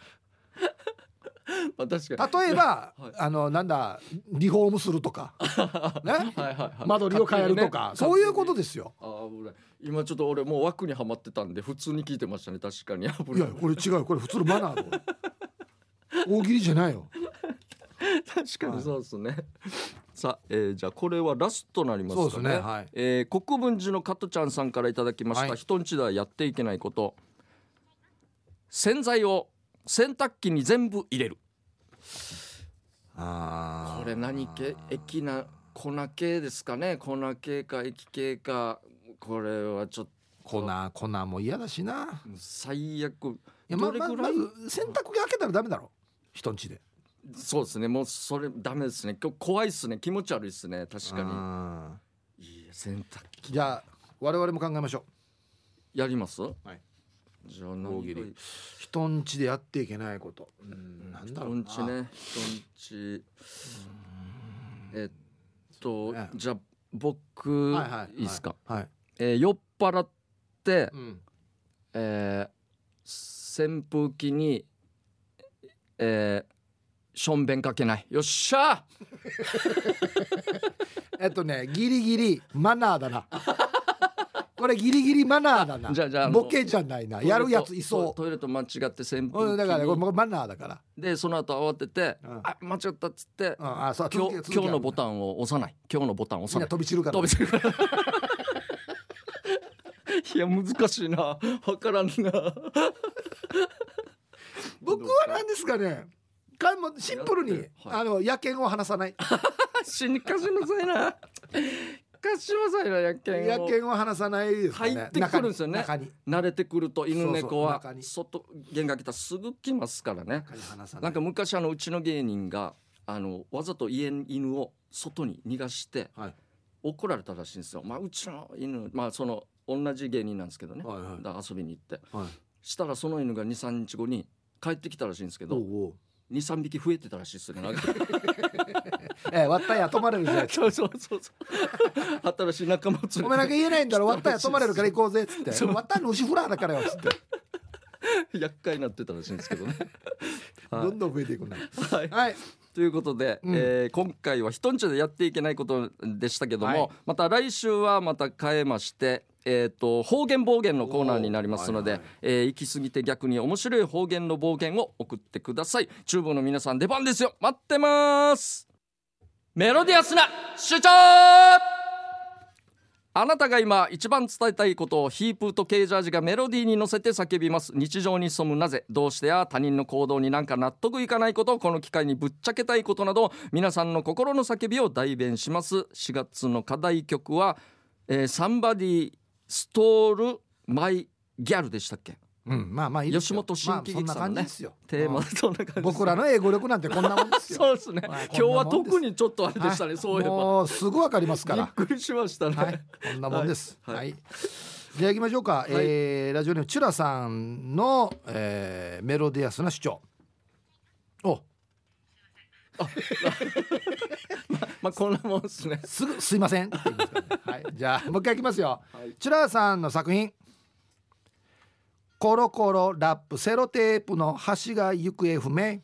確かに例えば、なんだリフォームするとかね間取りを変えるとか、そういうことですよ。 今ちょっと俺もう枠にはまってたんで普通に聞いてましたね。確かにいやこれ違う、これ普通のマナーだ大喜利じゃないよ確かにそうですね、さあ、じゃあこれはラストになりますかね。 そうですね、 国分寺の加トちゃんさんからいただきました、人んちではやっていけないこと。洗剤を洗濯機に全部入れる。これ何系？液な粉系ですかね。粉系か液系か。これはちょっと粉も嫌だしな。 最悪。 まず洗濯機開けたらダメだろ人んちで。 そうですね、もうそれダメですね。怖いですね、気持ち悪いですね。確かに。いい洗濯機。 じゃあ我々も考えましょう。やります？ じゃあ大喜利人んちでやっていけないこと。なんだろうな。 人んちじゃあ僕、いいですか。酔っ払って、扇風機にしょんべんかけない。よっしゃギリギリマナーだなこれギリギリマナーだな。 じゃあボケじゃないな。やるやついそう。 トイレと間違って扇風機に、 だからこれマナーだから。 でその後慌てて、あ間違ったっつって、今日のボタンを押さない。今日のボタンを押さない。 みんな飛び散るから。 飛び散るからいや難しいな。分からんな僕は何ですかね。シンプルに、野犬を離さない死にかしなさいなかしなさいな。野犬を離さないですかね。 入ってくるんですよね。慣れてくると犬猫は外弦が来たらすぐ来ますからね。なんか昔うちの芸人がわざと家の犬を外に逃がして、怒られたらしいんですよ。うちの犬、その同じ芸人なんですけどね、だ遊びに行って、したらその犬が 2,3 日後に帰ってきたらしいんですけど、2,3 匹増えてたらしいですよね。 割ったや泊まれるぜそう新しい仲間お前なんか言えないんだろ。割ったや泊まれるから行こうぜっつって割ったの牛フラーだからよっつって厄介になってたらしいんですけどねどんどん増えていくな。 ということで、今回は人んちでやっていけないことでしたけども、また来週はまた変えまして、方言暴言のコーナーになりますので、行き過ぎて逆に面白い方言の暴言を送ってください。厨房の皆さん出番ですよ。待ってます。メロディアスな主張。あなたが今一番伝えたいことをヒープーとケージャージがメロディーに乗せて叫びます。日常に潜むなぜ、どうしてや他人の行動になんか納得いかないこと、この機会にぶっちゃけたいことなど、皆さんの心の叫びを代弁します。4月の課題曲は、Somebody Stole My Girl でしたっけ。いいですよ。吉本新喜劇さんのね、テーマそんな感じです。 僕らの英語力なんてこんなもんですよそうですね、今日は特にちょっとあれでしたね、そういえばもうすぐわかりますから。 びっくりしましたね、 こんなもんです。じゃあ行きましょうか。ラジオネームチュラさんの、メロディアスな主張。 こんなもんですね。 すぐすいませんって言いますからね。じゃあもう一回いきますよ。チュラさんの作品、コロコロラップセロテープの端が行方不明。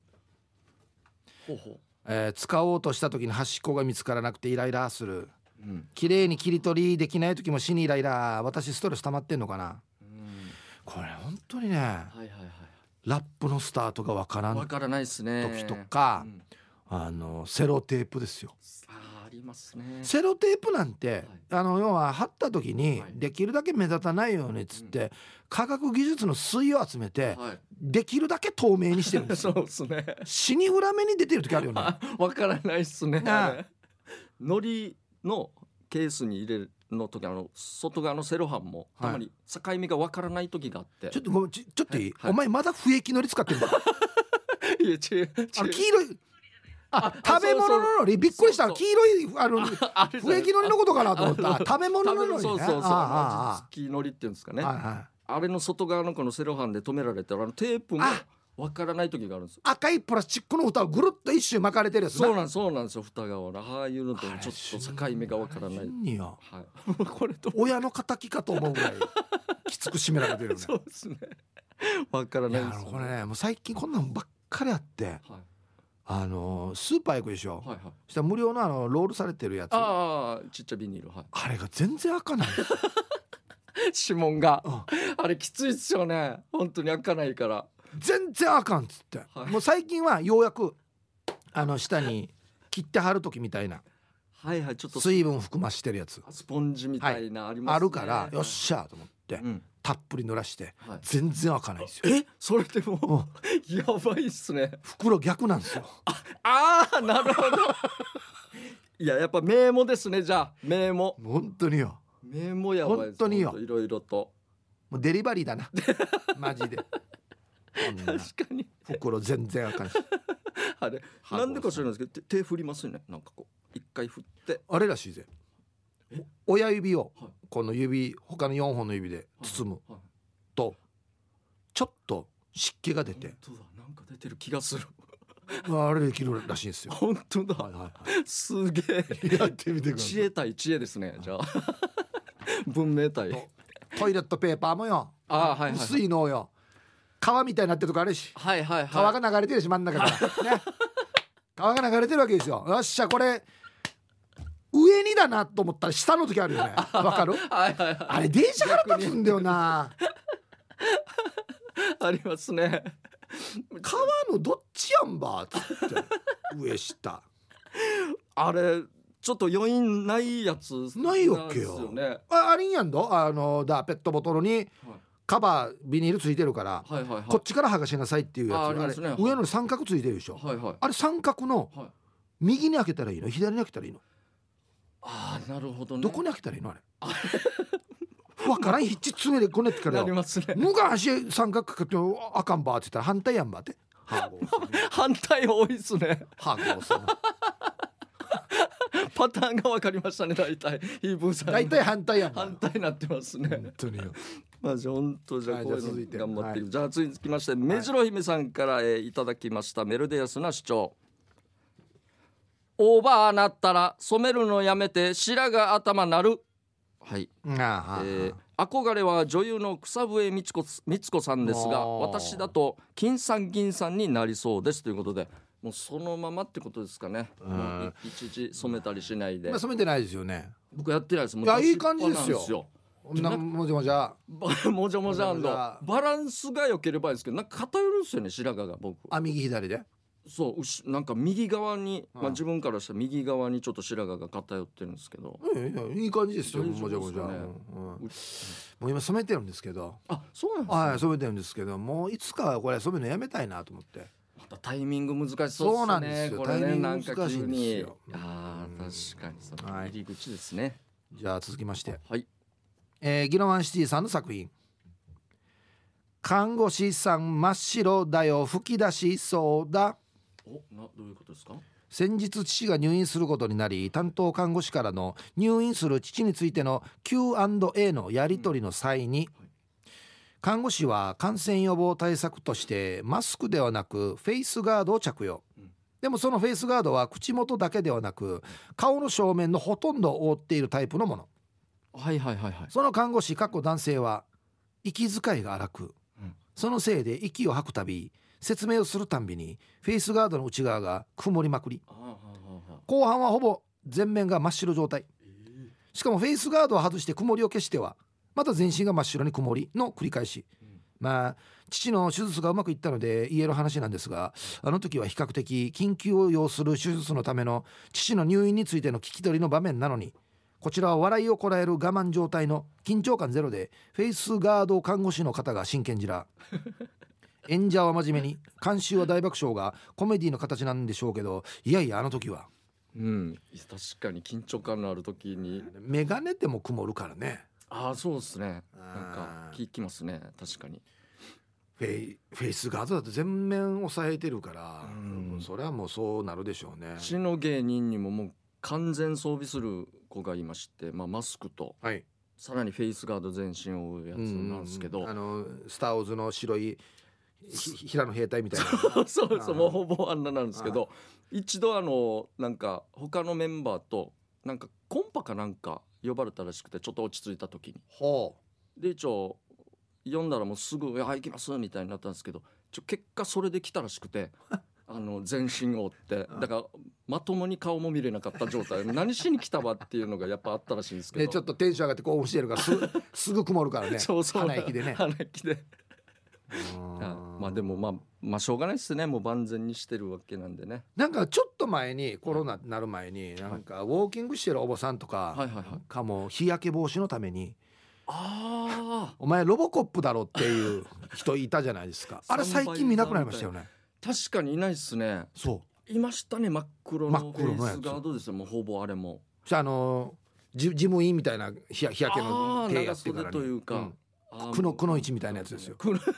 使おうとした時に端っこが見つからなくてイライラする。綺麗に切り取りできない時も死にイライラ。私ストレス溜まってんのかな。これ本当にね、ラップのスタートがわからないですね。 時とか、セロテープですよ。 ありますね。 セロテープなんて、要は貼った時にできるだけ目立たないようにっつって、科学技術の水を集めて、できるだけ透明にしてるんですよ。 そうですね。 死に裏目に出てる時あるよね。 わからないっすね。のりのケースに入れるの時、外側のセロハンもたまに境目がわからない時があって、 ちょっといい、お前まだ不液のり使ってるんだ。 いや違う、 黄色い食べ物ののり、びっくりした。黄色い不液のりのことかなと思った。食べ物ののりね。 そう月のりっていうんですかね。あれの外側のこのセロハンで止められて、テープもわからない時があるんですよ。 赤いプラスチックの蓋をぐるっと一周巻かれてるやつ。 そうなんですよ。蓋側のああいうのとちょっと境目がわからない。 これと親の敵かと思うぐらいきつく締められてるよね。 そうですね。わからないです。 これね、もう最近こんなのばっかりあって、スーパー行くでしょ。そしたら無料のロールされてるやつ。ちっちゃいビニール。あれが全然開かない。 指紋が、あれきついっすよね。本当に開かないから全然開かんっつって、もう最近はようやく下に切って貼る時みたいな、ちょっと水分含ましてるやつ、 スポンジみたいなありますね。 あるからよっしゃと思って、たっぷり濡らして、全然開かないですよ。 それでもやばいっすね。 袋逆なんですよ。 なるほど。いや、やっぱ名簿ですね。じゃあ名簿、 本当によ、 名簿やばいです。 本当によ、 いろいろともうデリバリーだなマジで。 確かに袋全然開かないし。 あれなんでか知らないですけど、手振りますよね。なんかこう一回振って、 あれらしいぜ。親指をこの指、他の4本の指で包むとちょっと湿気が出て、 なんか出てる気がする。 あれできるらしいんですよ。 本当だ。すげえ。 やってみてください。 知恵対知恵ですね。じゃあ文明対。 トイレットペーパーもよ、薄いのよ、川みたいになってるとこあるし、川が流れてるし、真ん中からね川が流れてるわけですよ。よっしゃ、これ上にだなと思ったら下の時あるよね。わかる？ はいはいはい。 あれ電車腹立つんだよな。 ありますね。 川のどっちやんばって上下あれちょっと余韻ないやつないわけよ。 ね、 あれんやんどだペットボトルにカバービニールついてるから、はいはいはい、こっちから剥がしなさいっていうやつ。あれ、ね、上の三角ついてるでしょ、はいはい、あれ三角の右に開けたらいいの左に開けたらいいの？ ああなるほどね。 どこに開けたらいいのあれわからんひっち詰めでこねってからよ。 なりますね。 昔三角かけてあかんばって言ったら反対やんばって反対多いっすね。 ハーゴーさんパターンが分かりましたね。大体ヒープーさん大体反対やんば。 反対になってますね。 本当によ。 まあじゃあ本当じゃあこういうの頑張っていく、はい、じゃあ続きまして、目白姫さんから、いただきましたメロディアスな主張。オーバーなったら染めるのやめて白が頭なる。はい、憧れは女優の草笛光子さんですが、私だと金さん銀さんになりそうですということで、もうそのままってことですかね。もう一時染めたりしないで、 まあ、染めてないですよね。 僕やってないです。 いやいい感じですよ。もじゃもじゃもじゃもじゃバランスが良ければいいですけど、なんか偏るんですよね白髪が。僕右左でそうなんか右側に、まあ、自分からしたら右側にちょっと白髪が偏ってるんですけど、 いい感じですよ。もじゃもじゃ、もう今染めてるんですけど。 あ、そうなんですね。 はい、染めてるんですけど、もういつかこれ染めるのやめたいなと思って。 またタイミング難しそうですね。 そうなんですよ。 これね、 タイミング難しいんですよ。 確かにその入り口ですね。 じゃあ続きまして、 はい、 ギノワンシティさんの作品。看護師さん真っ白だよ吹き出しそうだ。 どういうことですか？ 先日父が入院することになり、担当看護師からの入院する父についての Q&A のやり取りの際に、看護師は感染予防対策としてマスクではなくフェイスガードを着用、でもそのフェイスガードは口元だけではなく顔の正面のほとんどを覆っているタイプのもの。 はいはいはいはい。 その看護師男性は息遣いが荒く、そのせいで息を吐くたび説明をするたんびにフェイスガードの内側が曇りまくり、後半はほぼ全面が真っ白状態。しかもフェイスガードを外して曇りを消してはまた全身が真っ白に曇りの繰り返し。まあ父の手術がうまくいったので言える話なんですが、あの時は比較的緊急を要する手術のための父の入院についての聞き取りの場面なのに、こちらは笑いをこらえる我慢状態の緊張感ゼロでフェイスガード看護師の方が真剣じら演者は真面目に、監修は大爆笑がコメディの形なんでしょうけど、いやいやあの時は確かに緊張感のある時にメガネでも曇るからね。 そうですね。なんか聞きますね。確かにフェイスガードだと全面抑えてるから、それはもうそうなるでしょうね。 血の芸人にももう完全装備する子がいまして、マスクと、さらにフェイスガード全身を覆うやつなんですけど、 スター・ウォーズの白い平野兵隊みたいなそうもうほぼあんななんですけど、一度なんか他のメンバーとなんかコンパかなんか呼ばれたらしくて、ちょっと落ち着いた時にで一応読んだらもうすぐ「はい行きます」みたいになったんですけど、結果それで来たらしくて全身を覆ってだからまともに顔も見れなかった状態何しに来たわっていうのがやっぱあったらしいんですけど、 ちょっとテンション上がって興奮してるからすぐ曇るからね鼻息でね。 鼻息でまあでもまあしょうがないですね。もう万全にしてるわけなんでね。 なんかちょっと前にコロナになる前になんかウォーキングしてるおばさんとかかも日焼け防止のためにお前ロボコップだろっていう人いたじゃないですか。あれ最近見なくなりましたよね。 確かにいないですね。 そういましたね。真っ黒のフェイスガードですよ。もうほぼあれもじゃ事務員みたいな日焼けの手やってからというか、 くの一みたいなやつですよ。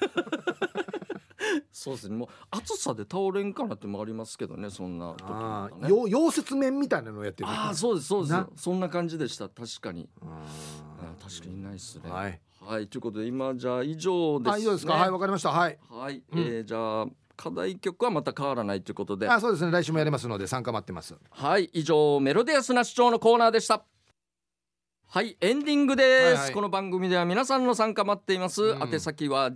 そうですね。もう暑さで倒れんかなってもありますけどね。そんな時、 溶接面みたいなのをやってる。 そうですそんな感じでした。確かに確かにないですね。はいということで今じゃあ以上ですね。 以上ですか。はいわかりました。はい、 じゃあ課題曲はまた変わらないということで、 そうですね。来週もやりますので参加待ってます。 はい以上メロディアスな主張のコーナーでした。 はい、エンディングです、 はいはい、 この番組では皆さんの参加待っています、宛先は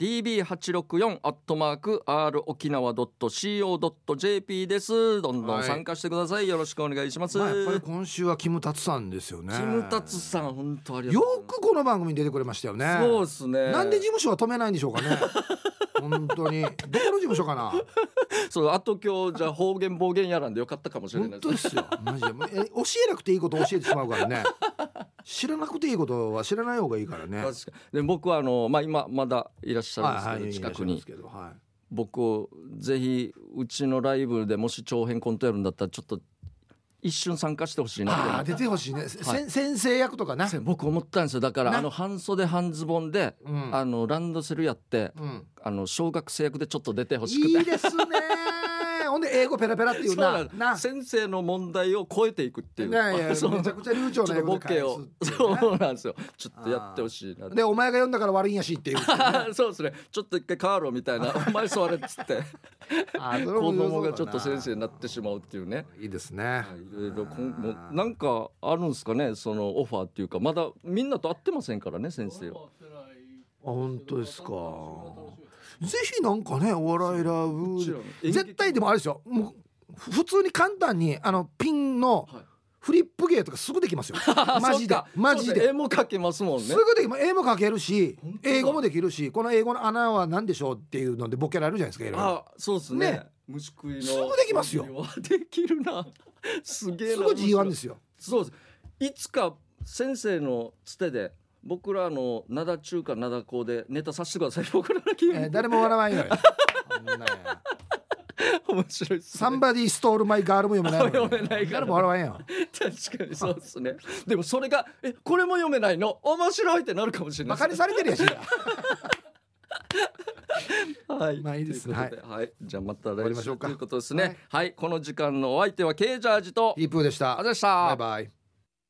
db864@r okinawa.co.jp です。どんどん参加してください、よろしくお願いします。 やっぱり今週はキムタツさんですよね。 キムタツさん本当ありがとうございます。 よくこの番組に出てくれましたよね。 そうですね。 なんで事務所は止めないんでしょうかね本当にどこの事務所かなそう、あと今日じゃあ方言暴言やらんでよかったかもしれない本当ですよマジで教えなくていいこと教えてしまうからね知らなくていいことは知らない方がいいからね。 確かで僕は今まだいらっしゃるんですけど、近くに、僕をぜひうちのライブでもし長編コントやるんだったらちょっと一瞬参加してほしいなって。 出てほしいね、はい、先生役とかな。 僕思ったんですよ。だから半袖半ズボンで、ランドセルやって、小学生役でちょっと出てほしくて。 いいですねほんで英語ペラペラっていうな先生の問題を超えていくっていう。 いやめちゃくちゃ流暢な英語で返すっていう、ね、 そうなんですよ。ちょっとやってほしいな。 でお前が読んだから悪いんやしっていう、ね、 そうですね。ちょっと一回変わろうみたいなお前座れっつって子供がちょっと先生になってしまうっていうね。 いいですね。 いろいろもうなんかあるんですかね、そのオファーっていうか。まだみんなと会ってませんからね、先生は。 本当ですか。ぜひなんかね、お笑いラブ絶対でもあれですよ、もう普通に簡単にピンのフリップ芸とかすぐできますよマジでマジで。 絵も描けますもんね。 すぐできます。絵も描けるし英語もできるし、この英語の穴は何でしょうっていうのでボケられるじゃないですか。 そうですね。虫食いのすぐできますよ。 できるなすげえな。 すぐ G1 ですよ。 そうです。いつか先生のつてで僕ら灘中華灘高でネタさせてください。僕らだけ、 誰も笑わんよ面白いっすね。 Somebody stole my girl も読めない、 読めないから誰も笑わんよ確かにそうですね。でもそれがこれも読めないの面白いってなるかもしれない。 バカにされてるやしはい、 まあいいですね。 はい、じゃあまた来週ということですね。はい、この時間のお相手はケイジャージとイープーでした。 あざした。 バイバイ。